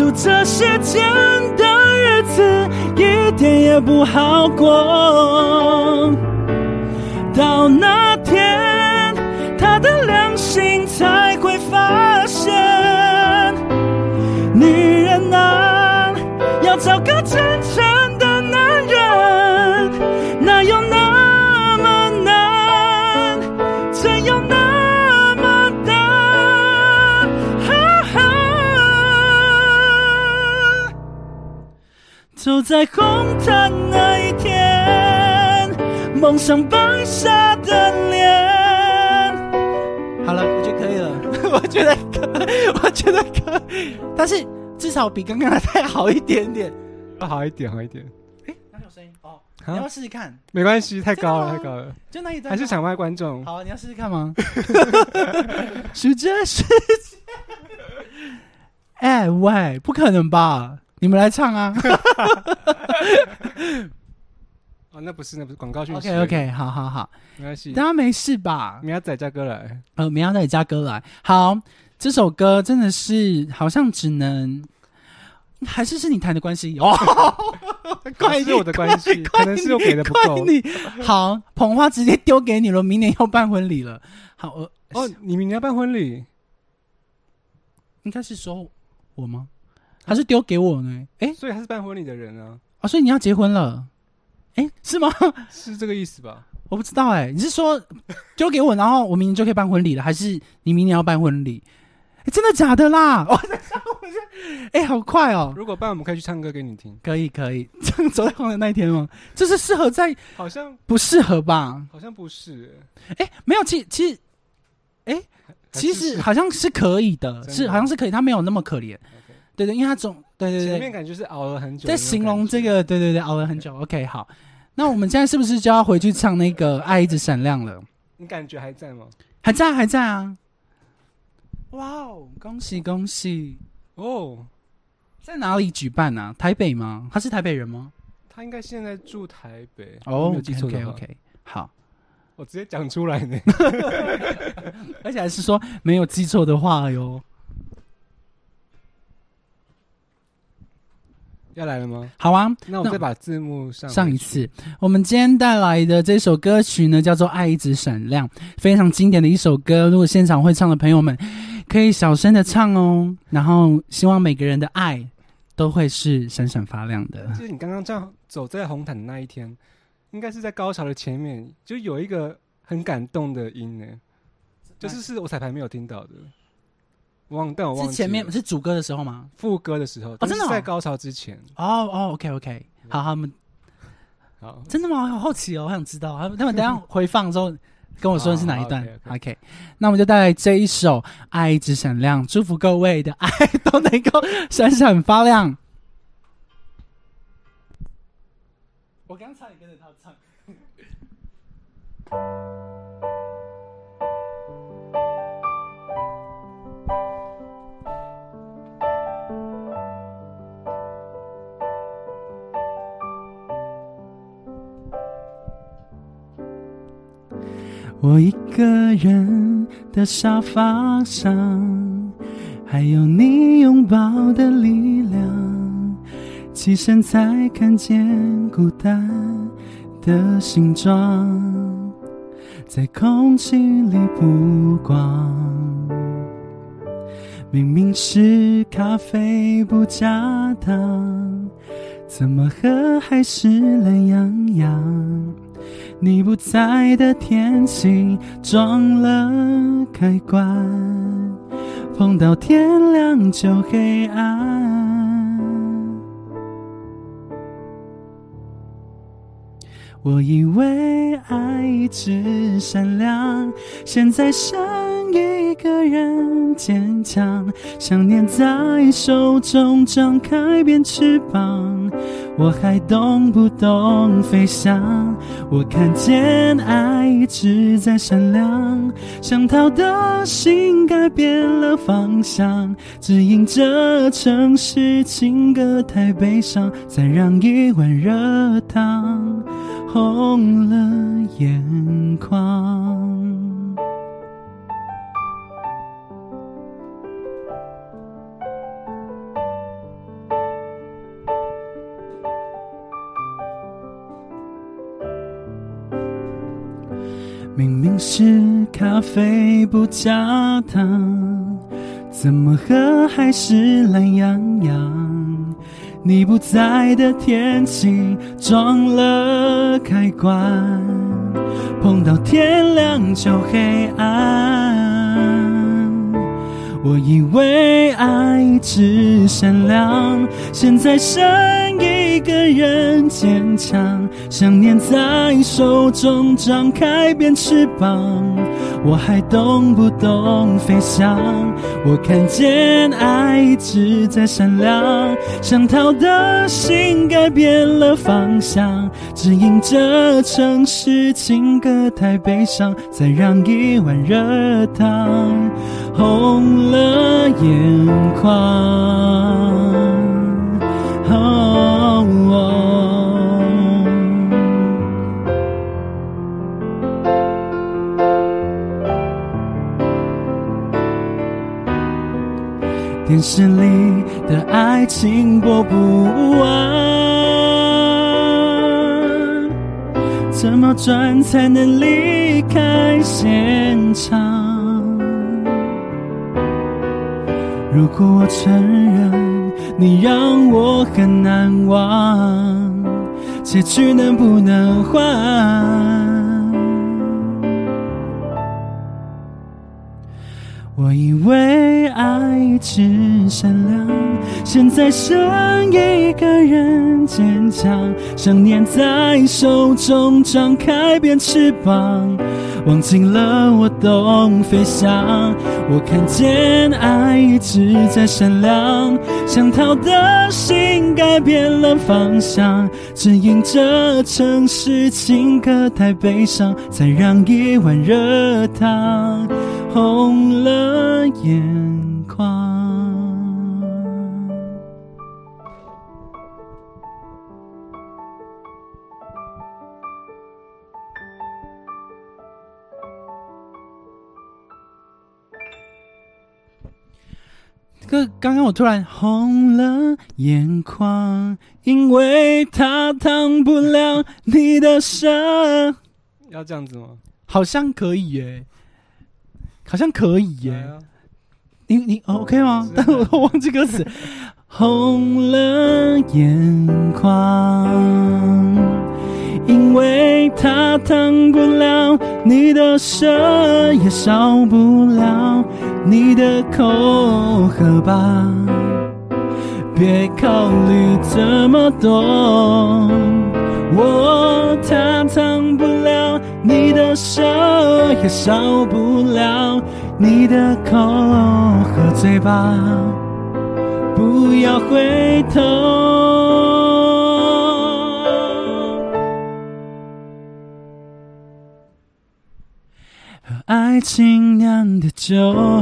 数这些天的日子一点也不好过，到那天他的良心才会发现，女人啊，要找个真正的男人，哪有那么难，真有那么难，走在红毯那一天，梦想摆下的脸。好了，我觉得可以了，我觉得可以，但是至少比刚刚的再好一点点， 好一点。 哪有声音？哦，你要不要试试看？ 没关系，太高了， 就那一段， 还是场外观众。 好，你要试试看吗？数这时间，哎喂，不可能吧？你们来唱啊！ 哦，那不是广告讯息。 OK， 好， 没关系， 大家没事吧？ 明仔载加歌来， 明仔载加歌来。好，这首歌真的是好像只能，还是你弹的关系哦。怪你， 是我的关系，可能是我给的不够。 好，捧花直接丢给你了，明年要办婚礼了。好， 你明年要办婚礼？ 应该是说我吗？还是丢给我呢？ 所以他是办婚礼的人啊。 所以你要结婚了？是吗？ 是这个意思吧？ 我不知道你是说丢给我，然后我明年就可以办婚礼了，还是你明年要办婚礼？真的假的啦？好快哦！ 如果办，我们可以去唱歌给你听。 可以，这样走在红的那一天吗？这是适合在？ 好像不适合吧？ 好像不是。 没有，其实好像是可以的，好像是可以，他没有那么可怜。对，因为他对， 前面感觉是熬了很久， 在形容这个，对，熬了很久。OK， 好，那我们现在是不是就要回去唱那个《爱一直闪亮》了？ 你感觉还在吗？ 还在啊！哇哦，恭喜哦！在哪里举办啊？台北吗？他是台北人吗？ 他应该现在住台北。没有记错的话。 OK， 好， 我直接讲出来呢， 而且还是说没有记错的话哟。 要来了吗？ 好啊， 那我再把字幕上一次。我们今天带来的这首歌曲呢，叫做《爱一直闪亮》，非常经典的一首歌。如果现场会唱的朋友们，可以小声的唱哦。然后，希望每个人的爱都会是闪闪发亮的。 就是你刚刚这样走在红毯的那一天，应该是在高潮的前面，就有一个很感动的音呢，就是我彩排没有听到的。但我忘记是前面是主歌的时候吗？ 副歌的时候，真的在高潮之前。 OK， 好，他们好，真的吗？好好奇哦，我想知道。他们等一下回放之后跟我说的是哪一段。OK， 那我们就带来这一首《爱一直闪亮》，祝福各位的爱都能够闪闪发亮。我刚才也跟着他唱。我一个人的沙发上，还有你拥抱的力量，起身才看见孤单的形状，在空气里曝光。明明是咖啡不加糖，怎么喝还是懒洋洋。你不在的天气装了开关，碰到天亮就黑暗。我以为爱一直闪亮，现在剩一个人坚强，想念在手中张开变翅膀，我还懂不懂飞翔？我看见爱一直在闪亮，想逃的心改变了方向，只因这城市情歌太悲伤，才让一碗热汤红了眼眶。 明明是咖啡不加糖，怎么喝还是懒洋洋？你不在的天气装了开关，碰到天亮就黑暗。我以为爱一直善良，现在剩一个人坚强，想念在手中张开变翅膀，我还懂不懂飞翔？我看见爱一直在闪亮，想逃的心改变了方向，只因这城市情歌太悲伤，再让一碗热汤红了眼眶。电视里的爱情播不完，怎么转才能离开现场？如果我承认你让我很难忘，结局能不能换？我以为爱一直善良，现在剩一个人坚强，想念在手中张开变翅膀，忘记了我懂飞翔。我看见爱一直在闪亮，想逃的心改变了方向，只因这城市情歌太悲伤，才让一碗热汤红了眼眶。刚刚我突然红了眼眶，因为它烫不了你的手。 要这样子吗？ 好像可以耶，好像可以耶。你OK 吗？但我忘记歌词。红了眼眶，因为它烫不了你的手，也烧不了你的口喝吧，别考虑这么多。它烫不了你的手，也烧不了你的口，喝醉吧，不要回头。和爱情酿的酒，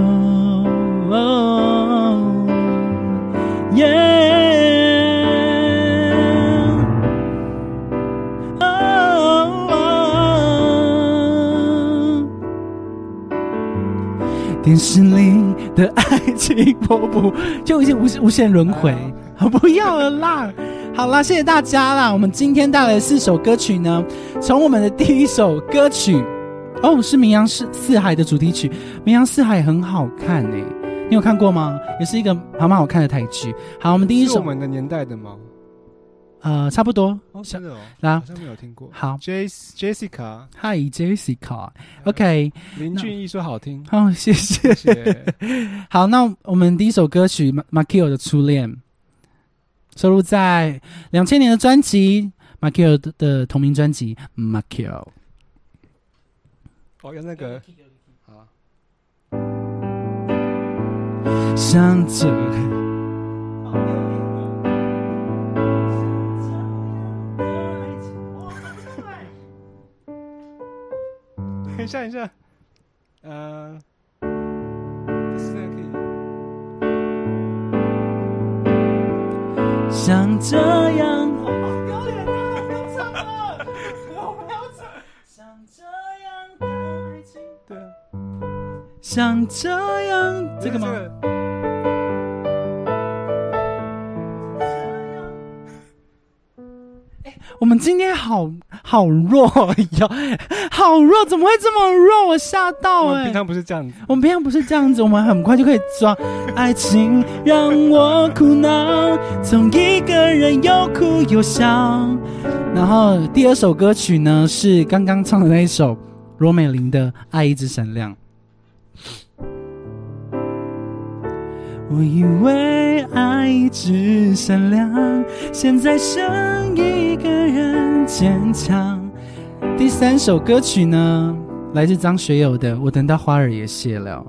电视里的爱情播不就已经无限轮回，不要了啦！好啦，谢谢大家啦！我们今天带来的4首歌曲呢，从我们的第一首歌曲是名扬四海的主题曲，名扬四海很好看耶，你有看过吗？也是一个蛮好看的台剧。好，我们第一首是我们的年代的吗？ 差不多。 真的来， 好像没有听过。 好 ，Jessica， 嗨 Jessica，OK， 林俊逸说好听， 谢谢。好，那我们第一首歌曲 Makio 的初恋，收录在2000年的专辑 Makio 的同名专辑 Makio。 要那个好， 想着。 等一下，这个可以。 像这样，好丢脸啊！不要唱了，我不要唱。像这样的爱情， 对啊， 像这样，这个吗？ 我们今天好弱哟，好弱，怎么会这么弱？我吓到我们平常不是这样子， 我们平常不是这样子，我们很快就可以装。爱情让我苦恼，总一个人又哭又笑。然后第二首歌曲呢是刚刚唱的那一首罗美玲的《爱一直闪亮》。我以为爱一直闪亮，现在剩一个人坚强。第三首歌曲呢，来自张学友的《我等到花儿也谢了》。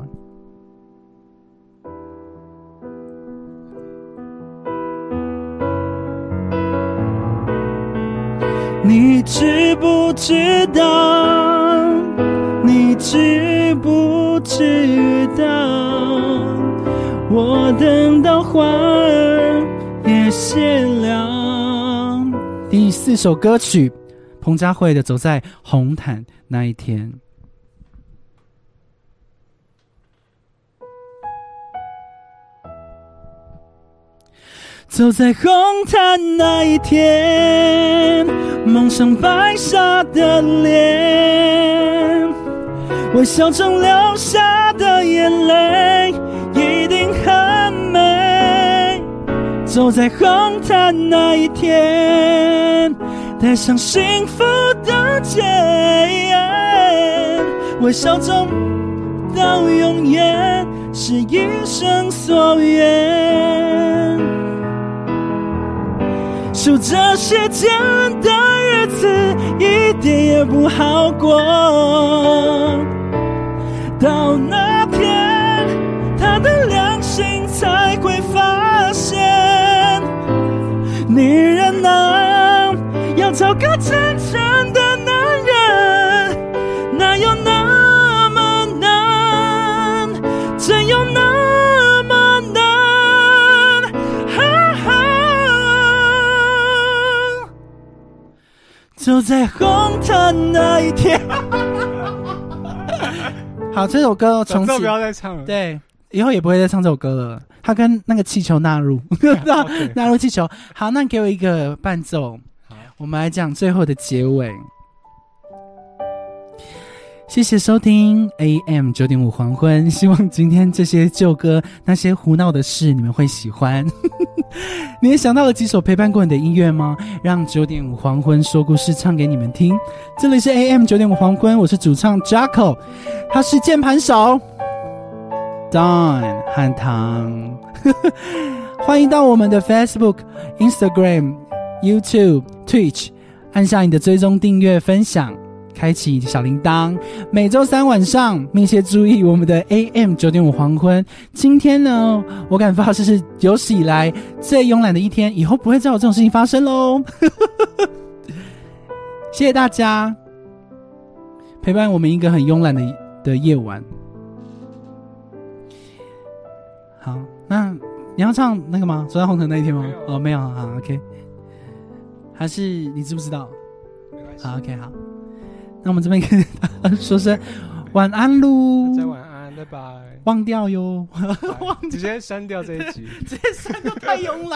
你知不知道？你知不知道？我等到花儿也谢了。第四首歌曲，彭佳慧的《走在红毯那一天》。走在红毯那一天，蒙上白纱的脸，微笑中流下的眼泪一定很美。走在红毯那一天，带上幸福的戒烟，微笑中到永远是一生所愿。数着时间的日子一点也不好过，到那天他的良心才会发现，女人啊，要找个真诚的男人，哪有那么难，真有那么难。走在红毯那一天。好，这首歌从此不要再唱了。 对，以后也不会再唱这首歌了。他跟那个气球纳入，纳入气球。好，那给我一个伴奏。我们来讲最后的结尾。谢谢收听 AM 9.5黄昏，希望今天这些旧歌那些胡闹的事你们会喜欢。你也想到了几首陪伴过你的音乐吗？让9.5黄昏说故事唱给你们听。这里是 AM 9.5黄昏，我是主唱 Jacko， 他是键盘手 Don 和唐。欢迎到我们的 Facebook、Instagram、YouTube、Twitch， 按下你的追踪、订阅、分享，开启小铃铛。每周三晚上密切注意我们的 AM 9.5黄昏。今天呢，我敢发誓是有史以来最慵懒的一天，以后不会再有这种事情发生咯。谢谢大家陪伴我们一个很慵懒的夜晚。好，那你要唱那个吗？走在红毯那一天吗？哦，没有啊。OK， 还是你知不知道？好 OK， 好，那我们这边跟大家说声晚安喽， 再晚安，拜拜。 忘掉哟， 直接删掉这一集， 直接删掉，太慵懒。